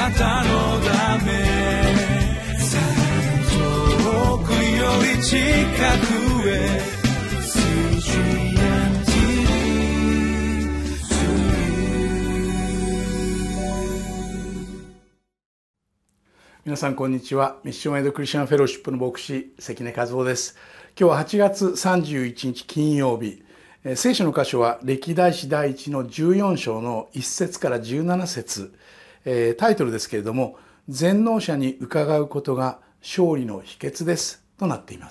なたのため遠くより近くへ皆さんこんにちは。ミッションエイドクリスチャンフェローシップの牧師関根和夫です。今日は8月31日金曜日。聖書の箇所は歴代史第1の14章の1節から17節。タイトルですけれども、全能者に伺うことが勝利の秘訣ですとなっています。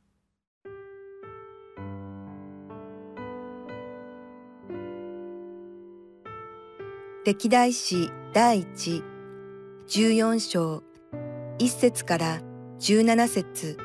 歴代史第14章1節から17節。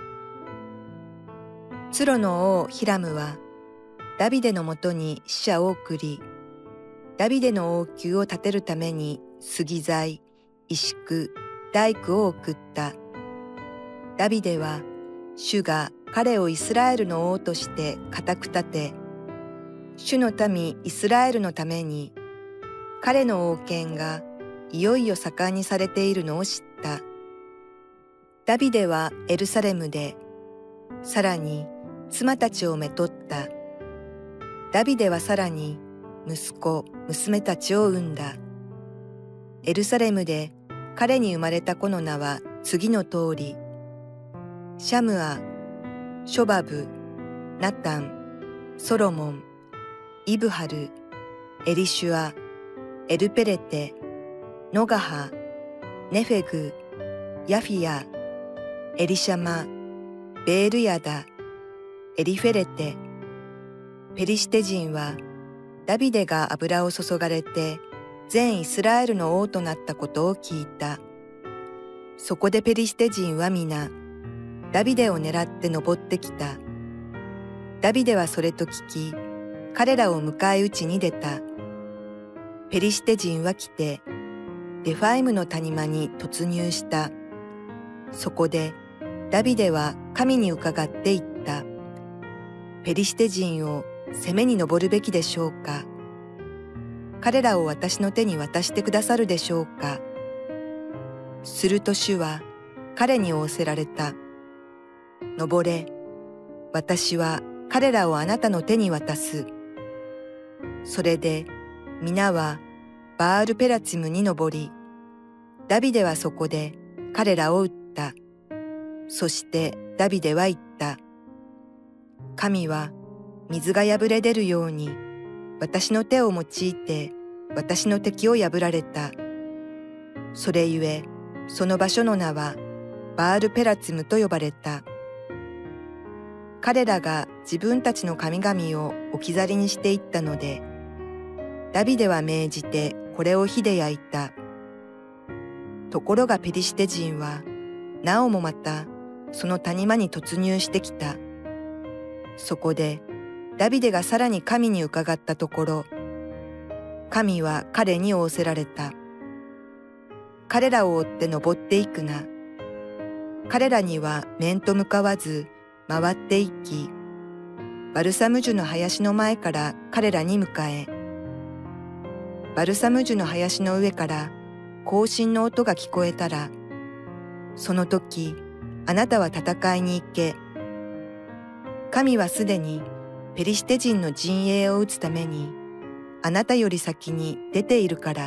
ツロの王ヒラムはダビデのもとに使者を送り、ダビデの王宮を建てるために杉材、石工、大工を送った。ダビデは主が彼をイスラエルの王として固く立て、主の民イスラエルのために彼の王権がいよいよ盛んにされているのを知った。ダビデはエルサレムで、さらに妻たちをめとった。ダビデはさらに息子、娘たちを産んだ。エルサレムで彼に生まれた子の名は次の通り、シャムア、ショバブ、ナタン、ソロモン、イブハル、エリシュア、エルペレテ、ノガハ、ネフェグ、ヤフィヤ、エリシャマ、ベールヤダ、エリフェレテ。ペリシテ人はダビデが油を注がれて全イスラエルの王となったことを聞いた。そこでペリシテ人は皆ダビデを狙って登ってきた。ダビデはそれと聞き、彼らを迎え撃ちに出た。ペリシテ人は来てレファイムの谷間に突入した。そこでダビデは神に伺って言った。ペリシテ人を攻めに登るべきでしょうか。彼らを私の手に渡してくださるでしょうか。すると主は彼に仰せられた。登れ、私は彼らをあなたの手に渡す。それで皆はバールペラチムに登り、ダビデはそこで彼らを撃った。そしてダビデは言った。神は水が破れ出るように私の手を用いて私の敵を破られた。それゆえその場所の名はバールペラチムと呼ばれた。彼らが自分たちの神々を置き去りにしていったので、ダビデは命じてこれを火で焼いた。ところがペリシテ人はなおもまたその谷間に突入してきた。そこでダビデがさらに神に伺ったところ、神は彼に仰せられた。彼らを追って登っていくな。彼らには面と向かわず回っていき、バルサム樹の林の前から彼らに迎え、バルサム樹の林の上から行進の音が聞こえたら、その時あなたは戦いに行け。神はすでにペリシテ人の陣営を撃つためにあなたより先に出ているから。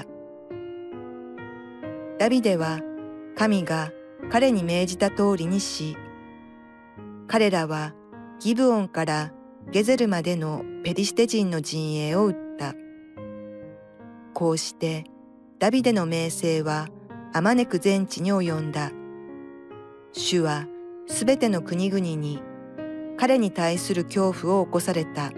ダビデは神が彼に命じた通りにし、彼らはギブオンからゲゼルまでのペリシテ人の陣営を撃った。こうしてダビデの名声はあまねく全地に及んだ。主はすべての国々に彼に対する恐怖を起こされた。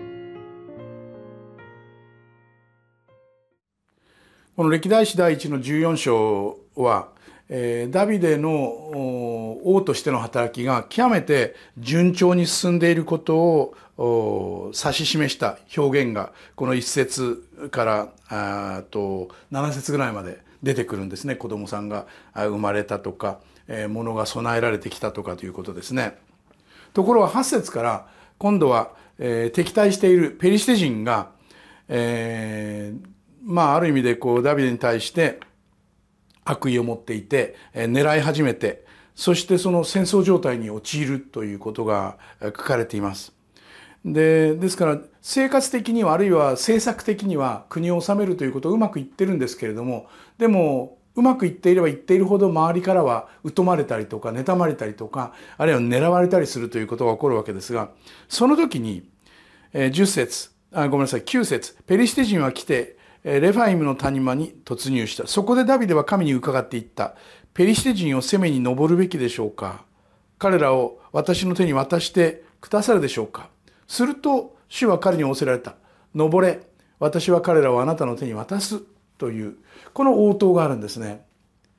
この歴代史第1の14章は、ダビデの王としての働きが極めて順調に進んでいることを指し示した表現がこの1節から7節ぐらいまで出てくるんですね。子供さんが生まれたとか、物が備えられてきたとかということですね。ところが8節から今度は、敵対しているペリシテ人が、ある意味でダビデに対して悪意を持っていて狙い始めて、そしてその戦争状態に陥るということが書かれています。ですから生活的にはあるいは政策的には国を治めるということをうまくいってるんですけれども、でもうまくいっていればいっているほど周りからは疎まれたりとか妬まれたりとか、あるいは狙われたりするということが起こるわけですが、その時に9節、ペリシテ人は来てレファイムの谷間に突入した。そこでダビデは神に伺っていった。ペリシテ人を攻めに登るべきでしょうか。彼らを私の手に渡してくださるでしょうか。すると主は彼に仰せられた。登れ、私は彼らをあなたの手に渡すという、この応答があるんですね。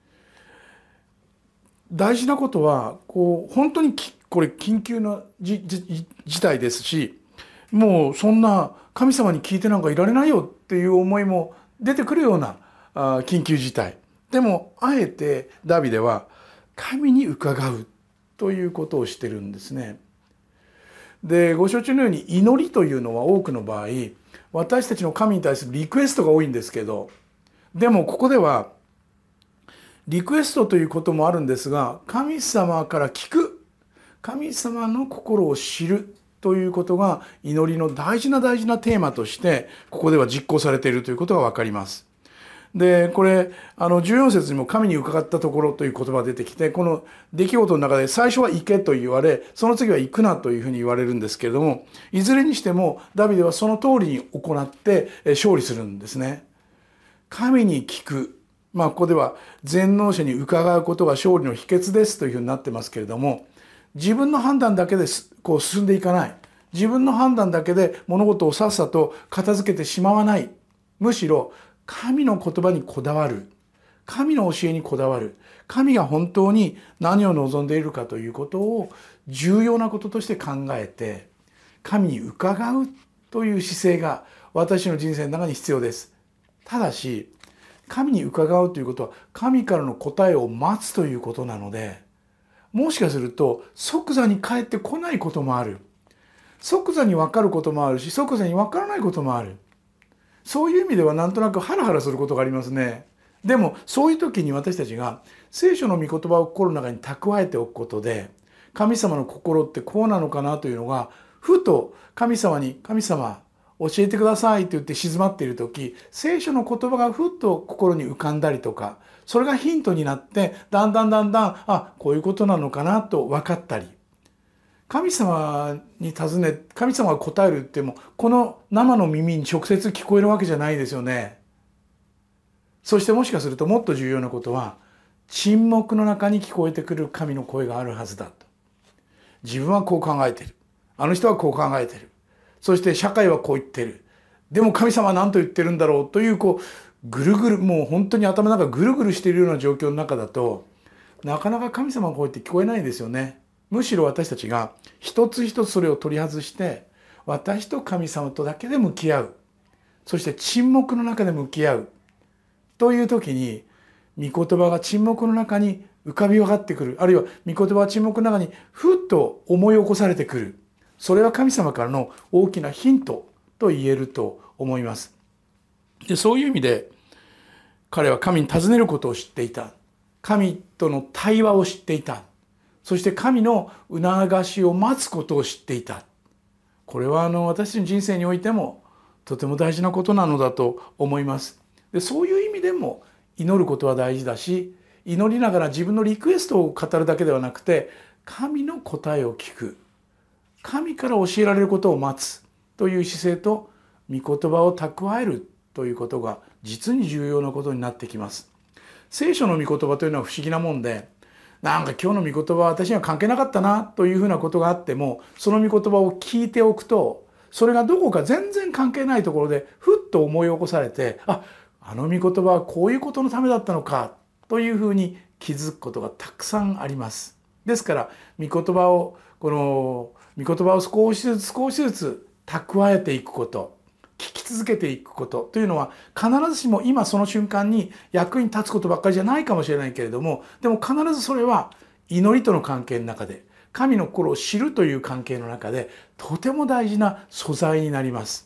大事なことは本当にこれ緊急な事態ですし、もうそんな神様に聞いてなんかいられないよっていう思いも出てくるような緊急事態でも、あえてダビデは神に伺うということをしてるんですね。で、ご承知のように祈りというのは多くの場合私たちの神に対するリクエストが多いんですけど、でもここではリクエストということもあるんですが、神様から聞く、神様の心を知るということが祈りの大事なテーマとしてここでは実行されているということが分かります。で、これ14節にも神に伺ったところという言葉が出てきて、この出来事の中で最初は行けと言われ、その次は行くなというふうに言われるんですけれども、いずれにしてもダビデはその通りに行って勝利するんですね。神に聞く、ここでは全能者に伺うことが勝利の秘訣ですというふうになってますけれども、自分の判断だけで進んでいかない、自分の判断だけで物事をさっさと片付けてしまわない、むしろ神の言葉にこだわる、神の教えにこだわる、神が本当に何を望んでいるかということを重要なこととして考えて神に伺うという姿勢が私の人生の中に必要です。ただし神に伺うということは神からの答えを待つということなので、もしかすると即座に返ってこないこともある、即座に分かることもあるし、即座に分からないこともある。そういう意味ではなんとなくハラハラすることがありますね。でもそういう時に私たちが聖書の御言葉を心の中に蓄えておくことで、神様の心ってこうなのかなというのがふと神様に「神様教えてください」と言って静まっている時、聖書の言葉がふっと心に浮かんだりとか、それがヒントになってだんだんこういうことなのかなと分かったり、神様に尋ね神様が答えるってもこの生の耳に直接聞こえるわけじゃないですよね。そしてもしかするともっと重要なことは沈黙の中に聞こえてくる神の声があるはずだと。自分はこう考えてる、あの人はこう考えてる、そして社会はこう言ってる、でも神様は何と言ってるんだろうというぐるぐる、もう本当に頭の中ぐるぐるしているような状況の中だとなかなか神様がこう言って聞こえないですよね。むしろ私たちが一つ一つそれを取り外して私と神様とだけで向き合う、そして沈黙の中で向き合うという時に御言葉が沈黙の中に浮かび上がってくる、あるいは御言葉が沈黙の中にふっと思い起こされてくる、それは神様からの大きなヒントと言えると思います。で、そういう意味で彼は神に尋ねることを知っていた、神との対話を知っていた、そして神の促しを待つことを知っていた。これは私の人生においてもとても大事なことなのだと思います。で、そういう意味でも祈ることは大事だし、祈りながら自分のリクエストを語るだけではなくて神の答えを聞く、神から教えられることを待つという姿勢と御言葉を蓄えるということが実に重要なことになってきます。聖書の御言葉というのは不思議なもんで、なんか今日の御言葉は私には関係なかったなというふうなことがあっても、その御言葉を聞いておくとそれがどこか全然関係ないところでふっと思い起こされて、あの御言葉はこういうことのためだったのかというふうに気づくことがたくさんあります。ですから御言葉を少しずつ蓄えていくこと、聞き続けていくことというのは必ずしも今その瞬間に役に立つことばっかりじゃないかもしれないけれども、でも必ずそれは祈りとの関係の中で、神の心を知るという関係の中でとても大事な素材になります。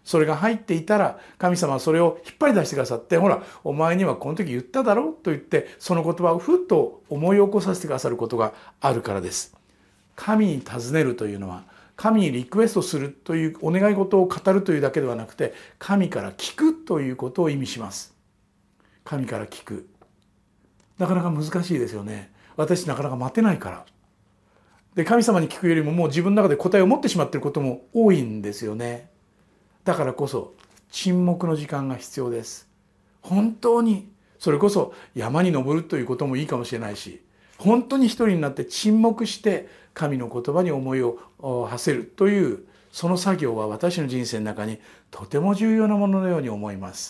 それが入っていたら、神様はそれを引っ張り出してくださって、ほら、お前にはこの時言っただろうと言って、その言葉をふっと思い起こさせてくださることがあるからです。神に尋ねるというのは、神にリクエストするというお願い事を語るというだけではなくて、神から聞くということを意味します。神から聞く。なかなか難しいですよね。私なかなか待てないから。で、神様に聞くよりももう自分の中で答えを持ってしまっていることも多いんですよね。だからこそ沈黙の時間が必要です。本当にそれこそ山に登るということもいいかもしれないし、本当に一人になって沈黙して神の言葉に思いを馳せるというその作業は私の人生の中にとても重要なもののように思います。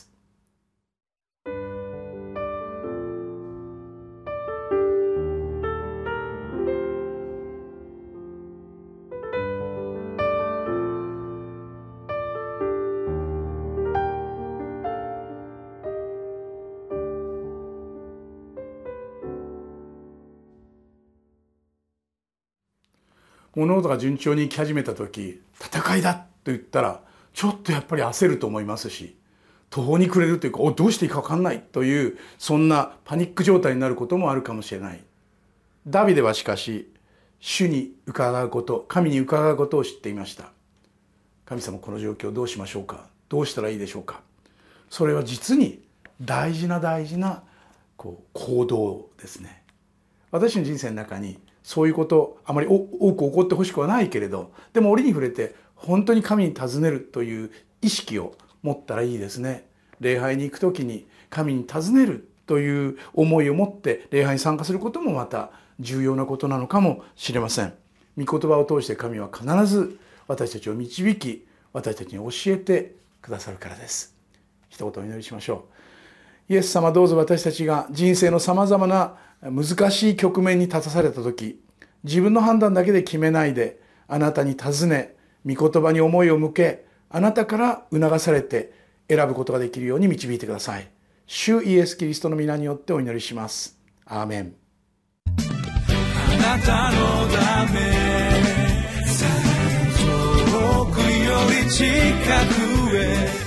物事が順調にいき始めた時、戦いだと言ったらちょっとやっぱり焦ると思いますし、途方に暮れるというか、どうしていいか分かんないというそんなパニック状態になることもあるかもしれない。ダビデはしかし主に伺うこと、神に伺うことを知っていました。神様、この状況どうしましょうか、どうしたらいいでしょうか。それは実に大事な行動ですね。私の人生の中にそういうことあまり多く起こってほしくはないけれど、でも折に触れて本当に神に尋ねるという意識を持ったらいいですね。礼拝に行くときに神に尋ねるという思いを持って礼拝に参加することもまた重要なことなのかもしれません。御言葉を通して神は必ず私たちを導き、私たちに教えてくださるからです。一言お祈りしましょう。イエス様、どうぞ私たちが人生のさまざまな難しい局面に立たされた時、自分の判断だけで決めないで、あなたに尋ね、御言葉に思いを向け、あなたから促されて選ぶことができるように導いてください。主イエス・キリストの皆によってお祈りします。アーメン。 あなたのため、遠くより近くへ